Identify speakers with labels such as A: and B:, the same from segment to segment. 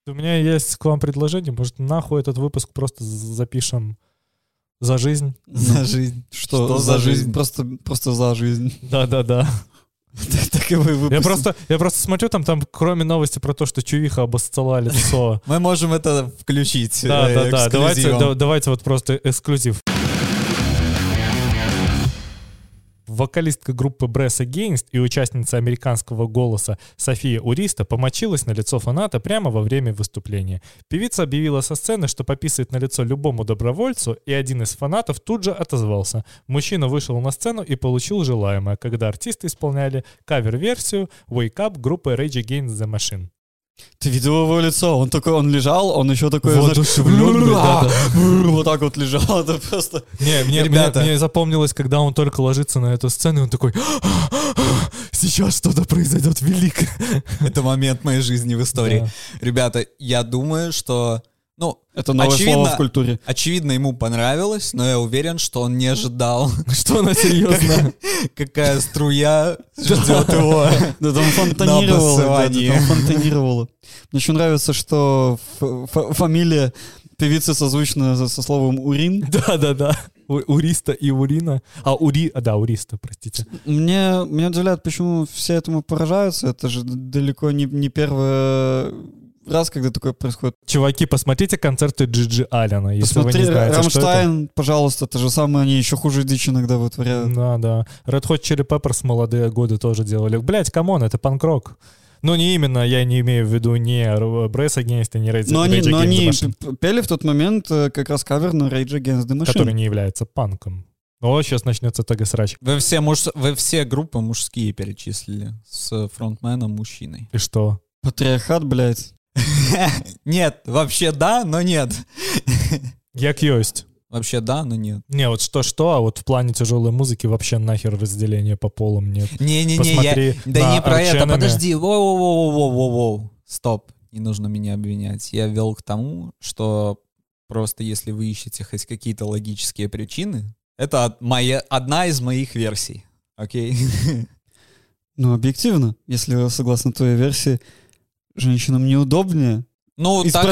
A: У меня есть к вам предложение. Может, нахуй этот выпуск просто запишем за жизнь?
B: За жизнь.
C: Что за жизнь? Просто за жизнь.
A: Да.
C: Так и вы выпустим.
A: Я просто смотрю, там кроме новости про то, что чувиха обоссала лицо.
B: Мы можем это включить.
A: Да. Давайте вот просто эксклюзив. Вокалистка группы Breath Against и участница американского голоса София Уриста помочилась на лицо фаната прямо во время выступления. Певица объявила со сцены, что пописает на лицо любому добровольцу, и один из фанатов тут же отозвался. Мужчина вышел на сцену и получил желаемое, когда артисты исполняли кавер-версию Wake Up группы Rage Against the Machine.
C: Ты видел его лицо? Он лежал, он еще такой,
A: воодушевленный, да.
C: Вот так вот лежал, это просто...
A: Мне запомнилось, когда он только ложится на эту сцену, и он такой, сейчас что-то произойдет великое.
B: Это момент моей жизни в истории. Да. Ребята, я думаю, что...
C: это новое слово в культуре.
B: Очевидно, ему понравилось, но я уверен, что он не ожидал.
A: Что она серьезно?
B: Какая струя ждет его.
C: Да там фонтанировало. Мне еще нравится, что фамилия певицы созвучна со словом «урин».
A: Да. Уриста и Урина. Уриста, простите.
C: Меня удивляет, почему все этому поражаются. Это же далеко не первое... раз, когда такое происходит.
A: Чуваки, посмотрите концерты Джиджи Аллена, если вы не знаете,
C: Рамштайн, пожалуйста, то же самое, они еще хуже дичь иногда вытворяют.
A: Да. Red Hot Chili Peppers молодые годы тоже делали. Блять, камон, это панк-рок. Ну, не именно, я не имею в виду не Breath Against и не Rage Against the Machine.
C: Но они пели в тот момент как раз кавер на Rage Against the Machine.
A: Который не является панком. О, сейчас начнется ТГ-срач.
B: Вы все группы мужские перечислили с фронтменом мужчиной.
A: И что?
C: Патриархат, блядь.
B: Нет, вообще да, но нет.
A: Як есть.
B: Вообще да, но нет.
A: Не, вот что-что, а вот в плане тяжелой музыки вообще нахер разделения по полам нет.
B: Не-не-не, да не про это, подожди, воу, стоп, не нужно меня обвинять. Я вел к тому, что просто если вы ищете хоть какие-то логические причины, это одна из моих версий, окей?
C: Ну, объективно, если согласно твоей версии, женщинам неудобнее.
B: Ну, так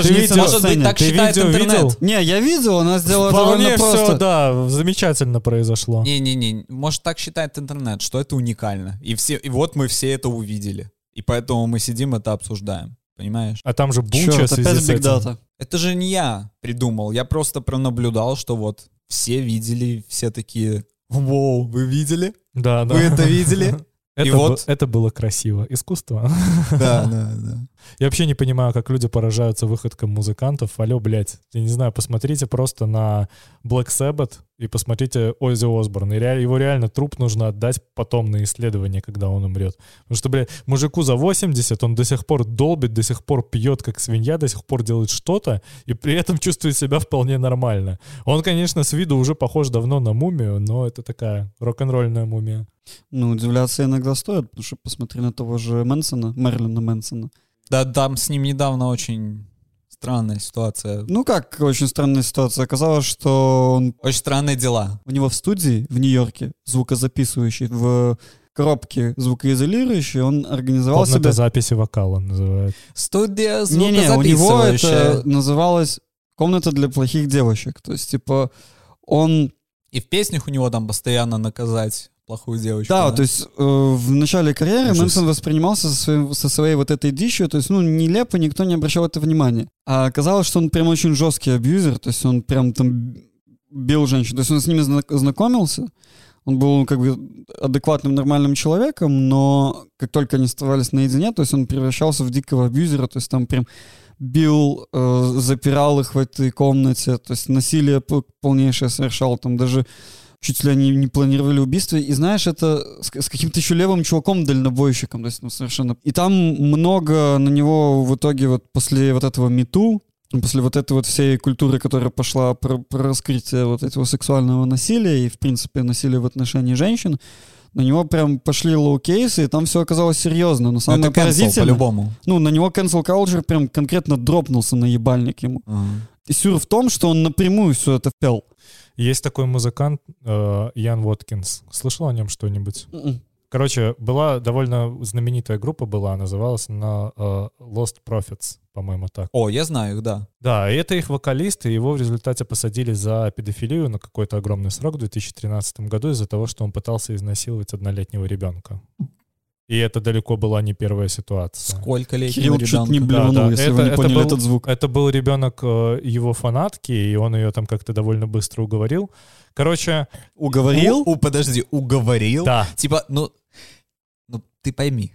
B: считает интернет.
A: Видел?
C: Не, я видел, она сделала
A: довольно
C: просто.
A: Все, да, замечательно произошло.
B: Не, может, так считает интернет, что это уникально. И вот мы все это увидели. И поэтому мы сидим это обсуждаем. Понимаешь?
A: А там же буча в связи с этим.
B: Это же не я придумал. Я просто пронаблюдал, что вот все видели, все такие: «Воу, вы видели?
A: Да.
B: Вы это видели?»
A: Это было красиво. Искусство.
B: Да.
A: Я вообще не понимаю, как люди поражаются выходкам музыкантов. Алло, блядь. Я не знаю, посмотрите просто на Black Sabbath и посмотрите Оззи Осборн. Его реально труп нужно отдать потом на исследование, когда он умрет. Потому что, блядь, мужику за 80, он до сих пор долбит, до сих пор пьет как свинья, до сих пор делает что-то, и при этом чувствует себя вполне нормально. Он, конечно, с виду уже похож давно на мумию, но это такая рок-н-ролльная мумия.
C: Ну, удивляться иногда стоит, потому что посмотри на того же Мэрилина Мэнсона.
B: Да, там с ним недавно очень странная ситуация.
C: Ну как очень странная ситуация? Оказалось, что он...
B: Очень странные дела.
C: У него в студии в Нью-Йорке, звукозаписывающий, в коробке звукоизолирующей, он организовал
A: себе... записи вокала называют.
B: Студия звукозаписывающая.
C: Не, у него это называлось «Комната для плохих девочек». То есть, типа, он...
B: И в песнях у него там постоянно наказать плохую девочку.
C: Да, то есть в начале карьеры Мэнсон воспринимался со своей вот этой дичью, то есть, нелепо, никто не обращал это внимания. А оказалось, что он прям очень жесткий абьюзер, то есть он прям там бил женщин, то есть он с ними знакомился, он был как бы адекватным, нормальным человеком, но как только они оставались наедине, то есть он превращался в дикого абьюзера, то есть там прям бил, запирал их в этой комнате, то есть насилие полнейшее совершал, там даже чуть ли они не планировали убийство. И знаешь, это с каким-то еще левым чуваком-дальнобойщиком. То есть, совершенно... И там много на него в итоге вот после вот этого МИТУ, после вот этой вот всей культуры, которая пошла про раскрытие вот этого сексуального насилия и, в принципе, насилия в отношении женщин, на него прям пошли лоу-кейсы, и там все оказалось серьезно. Но самое поразительное...
B: по-любому.
C: На него cancel culture прям конкретно дропнулся на ебальник ему. И сюр в том, что он напрямую все это впел.
A: Есть такой музыкант Ян Воткинс. Слышал о нем что-нибудь? Короче, была довольно знаменитая группа называлась она Lost Prophets, по-моему, так.
B: О, я знаю их, да.
A: Да, и это их вокалист, и его в результате посадили за педофилию на какой-то огромный срок в 2013 году из-за того, что он пытался изнасиловать 1-летнего ребенка. И это далеко была не первая ситуация.
B: Сколько летнего
C: Кирилл
B: ребенка?
C: чуть не блеванул, если вы не поняли этот звук.
A: Это был ребенок его фанатки, и он ее там как-то довольно быстро уговорил. Короче...
C: Уговорил?
B: Подожди, уговорил?
A: Да.
B: Типа, ну ты пойми.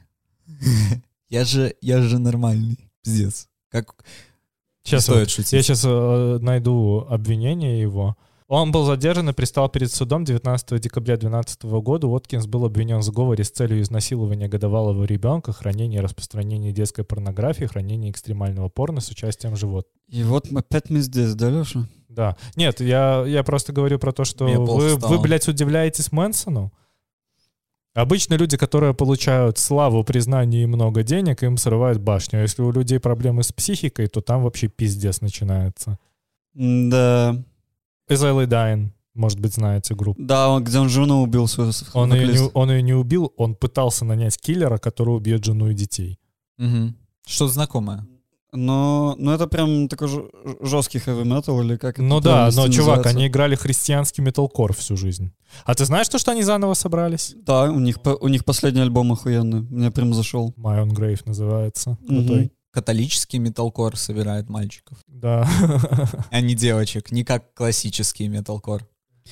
B: я же нормальный. Пиздец. Как
A: сейчас
B: стоит шутить.
A: Я сейчас найду обвинение его. Он был задержан и предстал перед судом 19 декабря 2012 года. Уоткинс был обвинен в сговоре с целью изнасилования годовалого ребенка, хранения и распространения детской порнографии, хранения экстремального порно с участием животных.
C: И вот опять мы здесь, да, Леша?
A: Да. Нет, я просто говорю про то, что вы, блядь, удивляетесь Мэнсону. Обычно люди, которые получают славу, признание и много денег, им срывают башню. А если у людей проблемы с психикой, то там вообще пиздец начинается.
C: Да.
A: As I Lay Dying, может быть, знаете группу.
C: Да, где он жену убил свою.
A: Он ее не убил, он пытался нанять киллера, который убьет жену и детей.
B: Угу. Что-то знакомое.
C: Но это прям такой жесткий хэви-метал или как это?
A: Ну да, но, чувак,
C: называется?
A: они играли христианский металкор всю жизнь. А ты знаешь, что они заново собрались?
C: Да, у них последний альбом охуенный. Мне прям зашел.
A: My Own Grave называется. Крутой.
C: Угу.
B: Католический металкор собирает мальчиков.
A: Да.
B: А не девочек, не как классический металкор.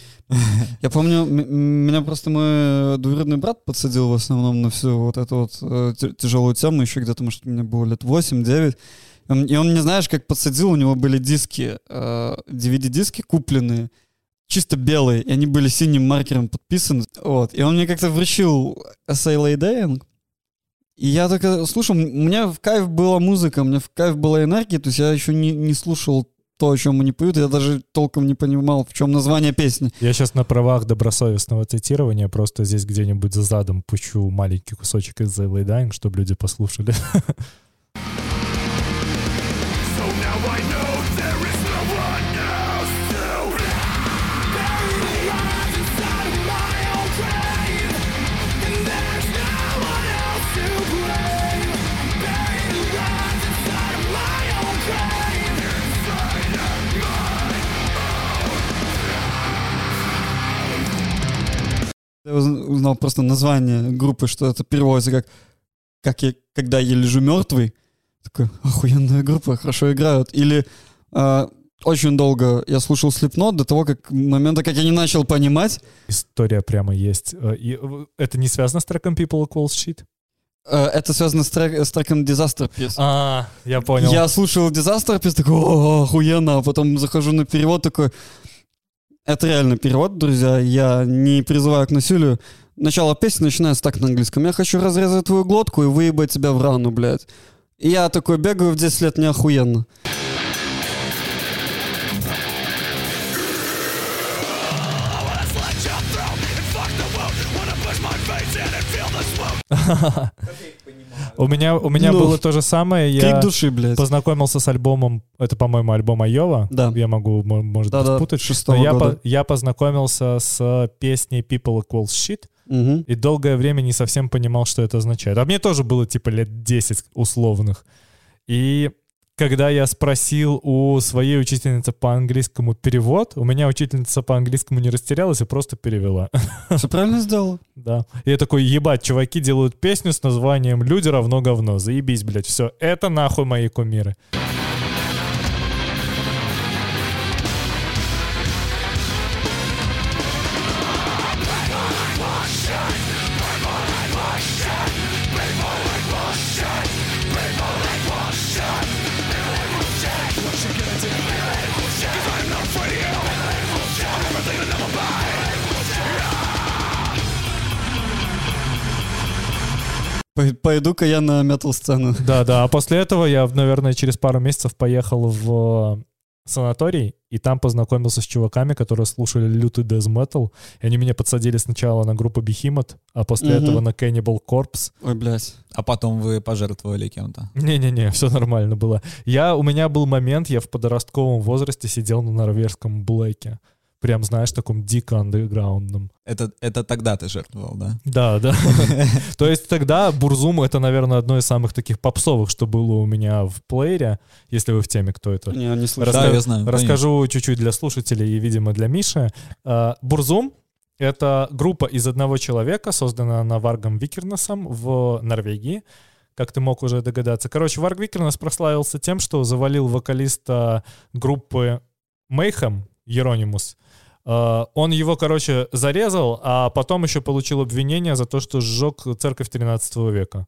C: Я помню, меня просто мой двоюродный брат подсадил в основном на всю вот эту вот тяжелую тему, еще где-то, может, мне было лет 8-9. И он, не знаешь, как подсадил, у него были диски, DVD-диски купленные, чисто белые, и они были синим маркером подписаны. Вот. И он мне как-то вручил As I Lay Dying. И я только слушал, у меня в кайф была музыка, у меня в кайф была энергия, то есть я еще не слушал то, о чем они поют, я даже толком не понимал, в чем название песни.
A: Я сейчас на правах добросовестного цитирования просто здесь где-нибудь за задом пущу маленький кусочек из The Lay Dying, чтобы люди послушали.
C: Я узнал просто название группы, что это переводится как когда я лежу мертвый. Такой, охуенная группа, хорошо играют. Или очень долго я слушал Slipknot до того момента, как я не начал понимать.
A: История прямо есть. Это не связано с треком People Equals Shit?
C: Это связано с треком Disaster Piece.
A: Я понял.
C: Я слушал Disaster Piece, такой, охуенно, а потом захожу на перевод, такой... Это реально перевод, друзья, я не призываю к насилию. Начало песни начинается так на английском. Я хочу разрезать твою глотку и выебать тебя в рану, блядь. И я такой бегаю в 10 лет неохуенно.
A: У меня было то же самое. Я
C: души, блядь.
A: познакомился с альбомом, это, по-моему, альбом Айова.
C: Да.
A: Я могу, может быть, спутать.
C: 6-го года.
A: Я познакомился с песней People Equals Shit.
C: Угу.
A: И долгое время не совсем понимал, что это означает. А мне тоже было типа лет 10 условных. И когда я спросил у своей учительницы по английскому перевод, у меня учительница по английскому не растерялась и просто перевела.
C: Все правильно сделала.
A: Да. И я такой, ебать, чуваки делают песню с названием «Люди равно говно». Заебись, блядь, все. Это нахуй мои кумиры.
C: Пойду-ка я на метал-сцену.
A: Да, а после этого я, наверное, через пару месяцев поехал в санаторий, и там познакомился с чуваками, которые слушали лютый дэз-метал, и они меня подсадили сначала на группу Behemoth, а после этого на Cannibal Corpse.
C: Ой, блядь.
B: А потом вы пожертвовали кем-то?
A: Не-не-не, все нормально было. У меня был момент, я в подростковом возрасте сидел на норвежском блэке. прям, знаешь, таком дико андеграундном.
B: Это тогда ты жертвовал, да?
A: Да. То есть тогда Бурзум — это, наверное, одно из самых таких попсовых, что было у меня в плеере, если вы в теме, кто это.
C: Не слышал.
B: Да, я знаю.
A: Расскажу чуть-чуть для слушателей и, видимо, для Миши. Бурзум — это группа из одного человека, созданная Варгом Викернесом в Норвегии, как ты мог уже догадаться. Короче, Варг Викернес прославился тем, что завалил вокалиста группы Mayhem, Еронимус. Он его, короче, зарезал, а потом еще получил обвинение за то, что сжег церковь 13 века.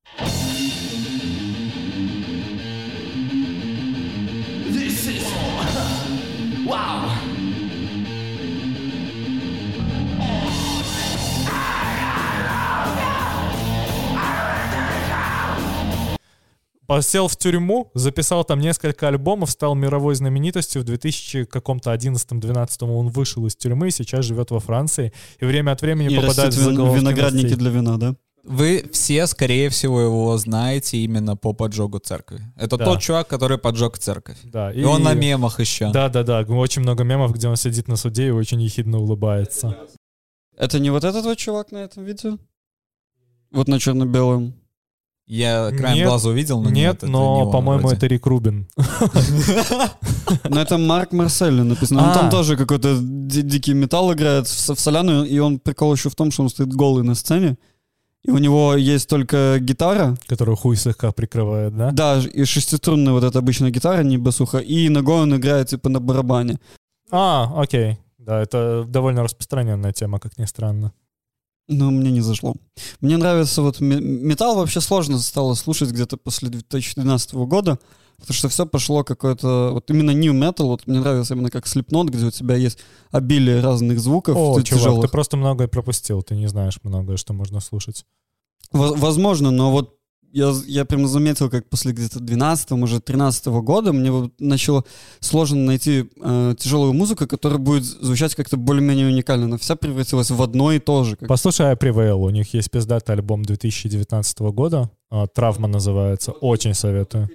A: Посел в тюрьму, записал там несколько альбомов, стал мировой знаменитостью. В 2011-2012 он вышел из тюрьмы и сейчас живет во Франции. И время от времени попадает в заголовки
C: виноградники
A: новостей.
C: для вина, да?
B: Вы все, скорее всего, его знаете именно по поджогу церкви. Это тот чувак, который поджег церковь.
A: Да,
B: и он на мемах еще.
A: Да. Очень много мемов, где он сидит на суде и очень ехидно улыбается.
C: Это не вот этот вот чувак на этом видео? Вот на черно-белом.
B: Я краем глаза увидел, но
A: нет, но, по-моему, это Рик Рубин.
C: Но это Марк Марселли написано. Он там тоже какой-то дикий металл играет в соляную, и он прикол еще в том, что он стоит голый на сцене, и у него есть только гитара.
A: Которую хуй слегка прикрывает, да?
C: Да, и шестиструнная вот эта обычная гитара, не басуха, и ногой он играет типа на барабане.
A: Окей. Да, это довольно распространенная тема, как ни странно.
C: Но мне не зашло. Мне нравится вот металл вообще сложно стало слушать где-то после 2012 года, потому что все пошло какое-то... Вот именно new metal, вот мне нравится именно как Slipknot, где у тебя есть обилие разных звуков.
A: О, чувак,
C: тяжелых.
A: ты просто многое пропустил, ты не знаешь многое, что можно слушать.
C: Возможно, но вот я прямо заметил, как после где-то 12-го, может, 13-го года мне вот начало сложно найти тяжелую музыку, которая будет звучать как-то более-менее уникально. Она вся превратилась в одно и то же.
A: Послушай Prevail, у них есть пиздатый альбом 2019 года, «Травма» называется, очень советую.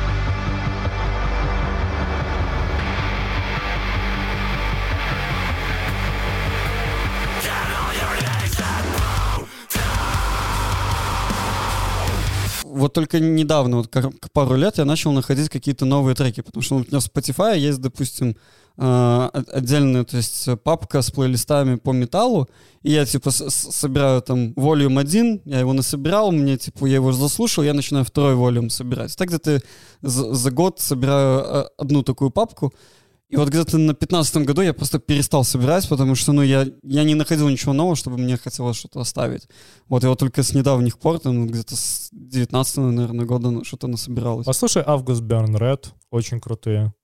C: Вот только недавно, вот пару лет, я начал находить какие-то новые треки, потому что у меня в Spotify есть, допустим, отдельная, то есть папка с плейлистами по металлу, и я типа собираю там Volume 1, я его насобирал, мне типа я его заслушал, я начинаю второй Volume собирать. Так где-то за год собираю одну такую папку. И вот где-то на 15-м году я просто перестал собирать, потому что, я не находил ничего нового, чтобы мне хотелось что-то оставить. Вот, и вот только с недавних пор, там, где-то с 19-го, наверное, года что-то насобиралось.
A: Послушай August Burn Red, очень крутые.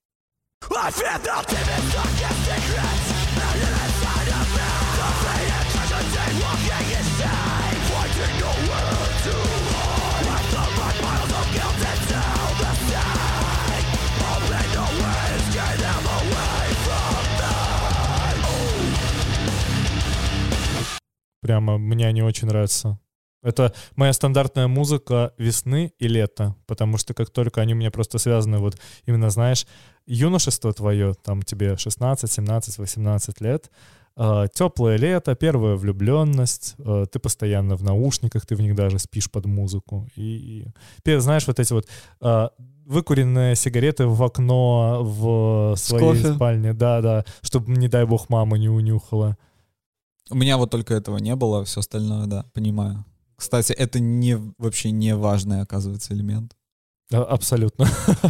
A: Прямо мне они очень нравятся. Это моя стандартная музыка весны и лета, потому что как только они у меня просто связаны, вот именно, знаешь, юношество твое, там тебе 16, 17, 18 лет, теплое лето, первая влюбленность, ты постоянно в наушниках, ты в них даже спишь под музыку. И знаешь, вот эти вот выкуренные сигареты в окно в своей спальне, да, чтобы, не дай бог, мама не унюхала.
B: У меня вот только этого не было, все остальное, да, понимаю. Кстати, это вообще не важный, оказывается, элемент.
A: Абсолютно.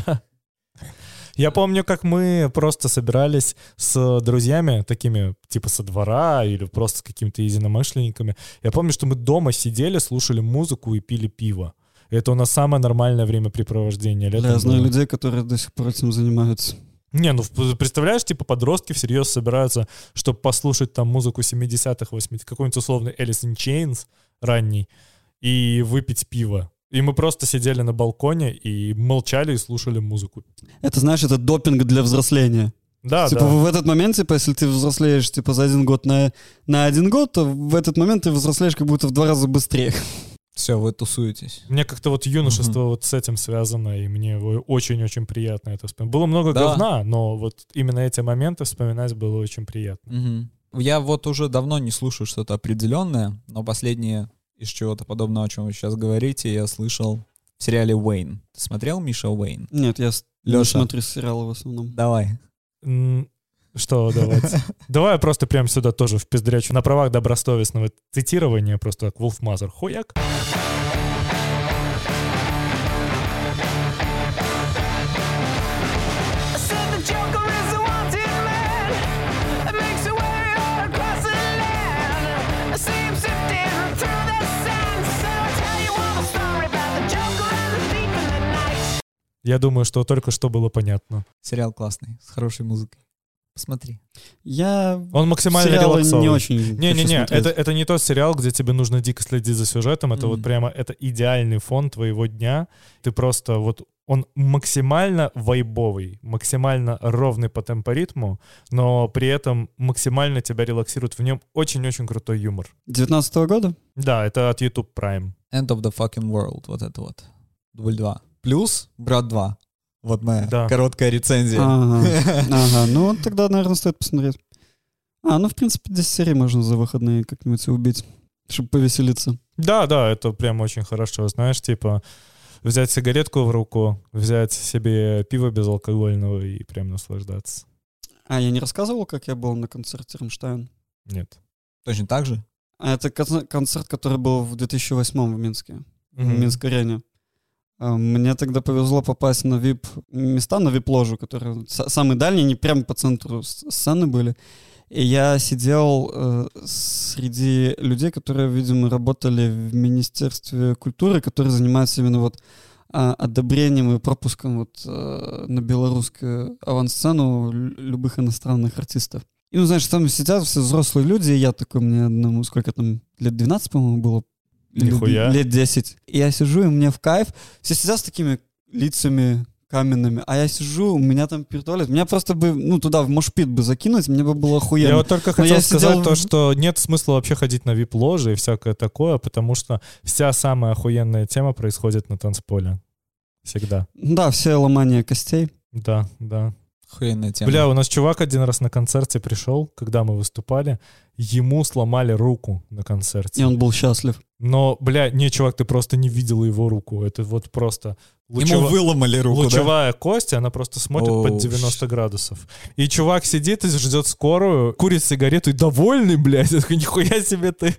A: Я помню, как мы просто собирались с друзьями, такими типа со двора или просто с какими-то единомышленниками. Я помню, что мы дома сидели, слушали музыку и пили пиво. Это у нас самое нормальное времяпрепровождение.
C: Я знаю людей, которые до сих пор этим занимаются.
A: Не, представляешь, типа подростки всерьез собираются, чтобы послушать там музыку 70-х, 80-х, какой-нибудь условный Alice in Chains ранний, и выпить пиво. И мы просто сидели на балконе и молчали и слушали музыку.
C: Это, знаешь, это допинг для взросления.
A: Да,
C: типа, в этот момент, типа, если ты взрослеешь типа за 1 год на 1 год, то в этот момент ты взрослеешь как будто в 2 раза быстрее.
B: Все, вы тусуетесь.
A: Мне как-то вот юношество вот с этим связано, и мне очень-очень приятно это вспоминать. Было много говна, но вот именно эти моменты вспоминать было очень приятно.
B: Я вот уже давно не слушаю что-то определенное, но последнее из чего-то подобного, о чем вы сейчас говорите, я слышал в сериале «Уэйн». Ты смотрел, Миша, «Уэйн»?
C: Нет, я не смотрю сериалы в основном.
B: Давай.
A: Что давать? Давай я просто прямо сюда тоже впиздрячу. На правах добросовестного цитирования, просто как Wolfmother. Хуяк. Я думаю, что только что было понятно.
B: Сериал классный, с хорошей музыкой. Посмотри.
A: Он максимально релаксовый.
C: Не очень.
A: Не-не-не, это не тот сериал, где тебе нужно дико следить за сюжетом. Это вот прямо это идеальный фон твоего дня. Ты просто вот он максимально вайбовый, максимально ровный по темпоритму, но при этом максимально тебя релаксирует. В нем очень-очень крутой юмор.
C: 19-го года?
A: Да, это от YouTube Prime.
B: End of the fucking world. Вот это вот. Дубль 2. Плюс Брат 2. Вот моя короткая рецензия.
C: Ага, ну тогда, наверное, стоит посмотреть. В принципе, 10 серий можно за выходные как-нибудь убить, чтобы повеселиться.
A: Да, это прям очень хорошо. Знаешь, типа взять сигаретку в руку, взять себе пиво безалкогольного и прям наслаждаться.
C: Я не рассказывал, как я был на концерте «Рамштайн»?
A: Нет.
B: Точно так же?
C: Это концерт, который был в 2008 в Минске, в Минск-арене. Мне тогда повезло попасть на места, на VIP-ложу, которые самые дальние, не прямо по центру сцены были. И я сидел среди людей, которые, видимо, работали в Министерстве культуры, которые занимаются именно вот одобрением и пропуском вот на белорусскую авансцену любых иностранных артистов. И, знаешь, там сидят все взрослые люди, и я такой, мне одному, сколько там, лет 12, по-моему, было,
A: Нихуя.
C: Лет 10. И я сижу, и мне в кайф. Все сидят с такими лицами каменными, а я сижу, у меня там пиртуалет. Меня просто бы, туда в мошпит бы закинуть, мне бы было охуенно.
A: Я вот только хотел сказать то, что нет смысла вообще ходить на вип-ложи и всякое такое, потому что вся самая охуенная тема происходит на танцполе. Всегда.
C: Да, все ломания костей.
A: Да.
B: Охуенная тема.
A: Бля, у нас чувак один раз на концерте пришел, когда мы выступали, ему сломали руку на концерте.
C: И он был счастлив.
A: Но, бля, чувак, ты просто не видел его руку. Это вот просто...
B: Ему выломали руку,
A: лучевая кость, она просто смотрит под 90 градусов. И чувак сидит и ждет скорую, курит сигарету и довольный, блядь. Я такой, нихуя себе ты.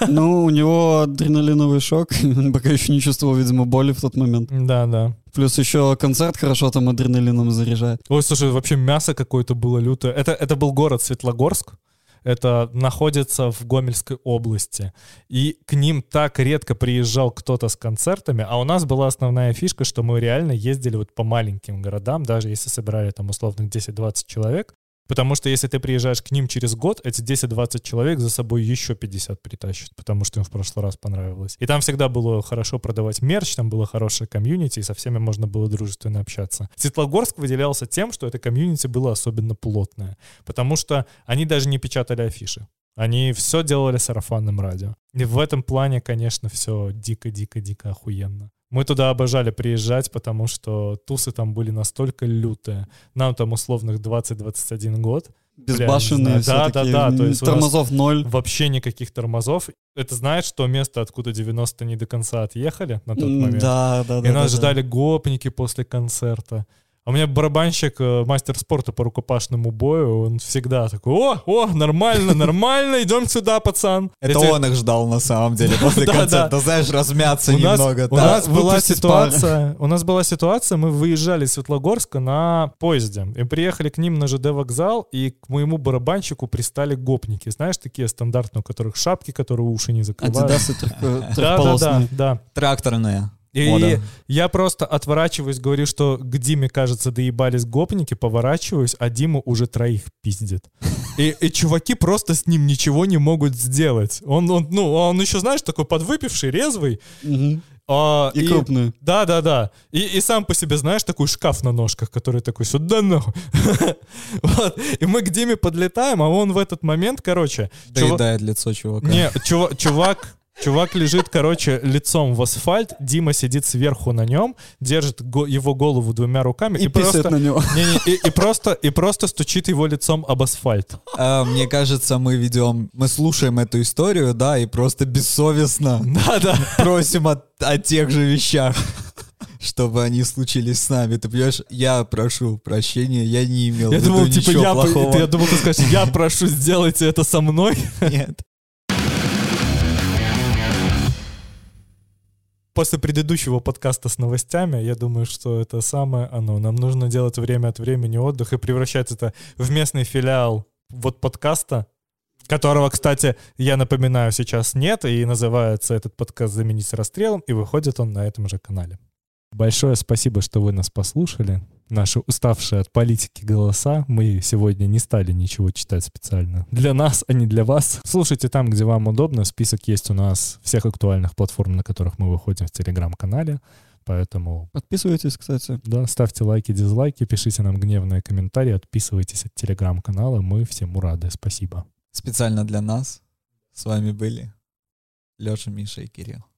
C: У него адреналиновый шок. Он пока еще не чувствовал, видимо, боли в тот момент.
A: Да.
C: Плюс еще концерт хорошо там адреналином заряжает.
A: Ой, слушай, вообще мясо какое-то было лютое. Это был город Светлогорск. Это находится в Гомельской области. И к ним так редко приезжал кто-то с концертами, а у нас была основная фишка, что мы реально ездили вот по маленьким городам, даже если собирали там условных 10-20 человек, потому что если ты приезжаешь к ним через год, эти 10-20 человек за собой еще 50 притащат, потому что им в прошлый раз понравилось. И там всегда было хорошо продавать мерч, там было хорошее комьюнити, и со всеми можно было дружественно общаться. Светлогорск выделялся тем, что это комьюнити было особенно плотное, потому что они даже не печатали афиши. Они все делали сарафанным радио. И в этом плане, конечно, все дико-дико-дико охуенно. Мы туда обожали приезжать, потому что тусы там были настолько лютые. Нам там условных 20-21 год.
C: Безбашенные все такие,
A: то есть
C: тормозов ноль.
A: Вообще никаких тормозов. Это знаешь, что место, откуда 90 не до конца отъехали на тот момент?
C: Да.
A: И нас ждали гопники после концерта. А у меня барабанщик, мастер спорта по рукопашному бою, он всегда такой: о, нормально, идем сюда, пацан.
B: Это он их ждал на самом деле после концерта, знаешь, размяться немного.
A: У нас была ситуация, мы выезжали из Светлогорска на поезде, и приехали к ним на ЖД вокзал, и к моему барабанщику пристали гопники. Знаешь, такие стандартные, у которых шапки, которые уши не закрывают.
C: Адидасы трехполосные.
A: Да.
B: Тракторные.
A: И я просто отворачиваюсь, говорю, что к Диме, кажется, доебались гопники, поворачиваюсь, а Диму уже троих пиздит. И чуваки просто с ним ничего не могут сделать. Он еще, знаешь, такой подвыпивший, резвый.
C: И крупный.
A: Да. И сам по себе, знаешь, такой шкаф на ножках, который такой: сюда нахуй. Вот. И мы к Диме подлетаем, а он в этот момент, короче...
B: Доедает лицо чувака.
A: Не, чувак... Чувак лежит, короче, лицом в асфальт, Дима сидит сверху на нем, держит его голову двумя руками
C: и писает
A: просто,
C: на него.
A: И просто стучит его лицом об асфальт.
B: Мне кажется, мы слушаем эту историю, да, и просто бессовестно просим о тех же вещах, чтобы они случились с нами. Ты понимаешь, я прошу прощения, я не имел в виду ничего плохого.
A: Я думал, ты скажешь, я прошу, сделайте это со мной.
B: Нет.
A: После предыдущего подкаста с новостями, я думаю, что это самое оно. Нам нужно делать время от времени отдых и превращать это в местный филиал вот подкаста, которого, кстати, я напоминаю, сейчас нет, и называется этот подкаст «Заменить расстрелом», и выходит он на этом же канале. Большое спасибо, что вы нас послушали. Наши уставшие от политики голоса. Мы сегодня не стали ничего читать специально для нас, а не для вас. Слушайте там, где вам удобно. Список есть у нас всех актуальных платформ, на которых мы выходим в Телеграм-канале. Поэтому...
C: Подписывайтесь, кстати.
A: Да, ставьте лайки, дизлайки, пишите нам гневные комментарии, отписывайтесь от Телеграм-канала. Мы всему рады. Спасибо.
B: Специально для нас с вами были Леша, Миша и Кирилл.